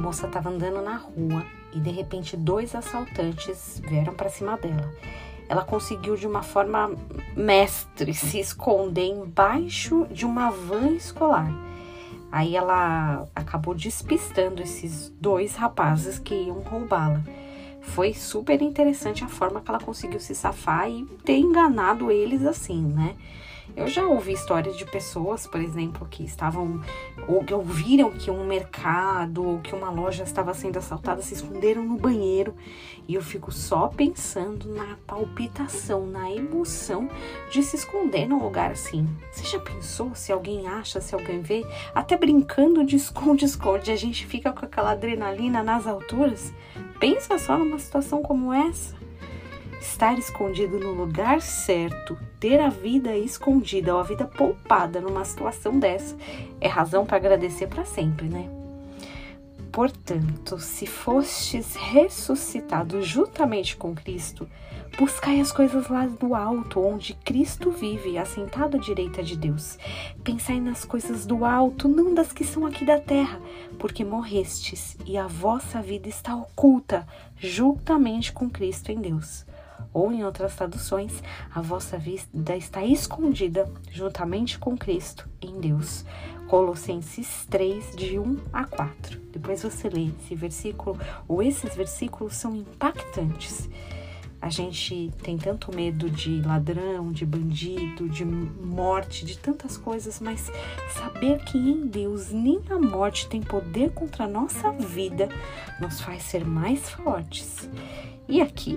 moça estava andando na rua e de repente 2 assaltantes vieram para cima dela. Ela conseguiu de uma forma mestre se esconder embaixo de uma van escolar. Aí ela acabou despistando esses 2 rapazes que iam roubá-la. Foi super interessante a forma que ela conseguiu se safar e ter enganado eles assim, né? Eu já ouvi histórias de pessoas, por exemplo, que estavam, ou que ouviram que um mercado ou que uma loja estava sendo assaltada, se esconderam no banheiro. E eu fico só pensando na palpitação, na emoção de se esconder num lugar assim. Você já pensou se alguém acha, se alguém vê? Até brincando de esconde-esconde, a gente fica com aquela adrenalina nas alturas. Pensa só numa situação como essa. Estar escondido no lugar certo, ter a vida escondida ou a vida poupada numa situação dessa, é razão para agradecer para sempre, né? Portanto, se fostes ressuscitados juntamente com Cristo, buscai as coisas lá do alto, onde Cristo vive, assentado à direita de Deus. Pensai nas coisas do alto, não das que são aqui da terra, porque morrestes e a vossa vida está oculta juntamente com Cristo em Deus. Ou, em outras traduções, a vossa vida está escondida juntamente com Cristo em Deus. Colossenses 3, de 1 a 4. Depois você lê esse versículo, ou esses versículos são impactantes. A gente tem tanto medo de ladrão, de bandido, de morte, de tantas coisas, mas saber que em Deus nem a morte tem poder contra a nossa vida nos faz ser mais fortes. E aqui,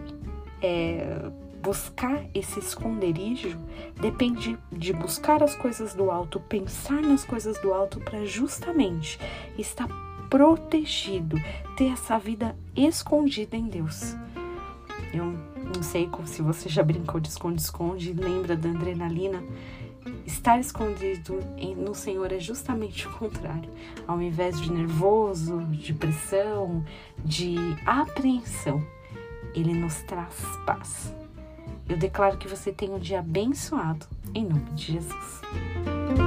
buscar esse esconderijo depende de buscar as coisas do alto, pensar nas coisas do alto para justamente estar protegido, ter essa vida escondida em Deus. Eu não sei se você já brincou de esconde-esconde, lembra da adrenalina? Estar escondido no Senhor é justamente o contrário. Ao invés de nervoso, de pressão, de apreensão, Ele nos traz paz. Eu declaro que você tem um dia abençoado, em nome de Jesus.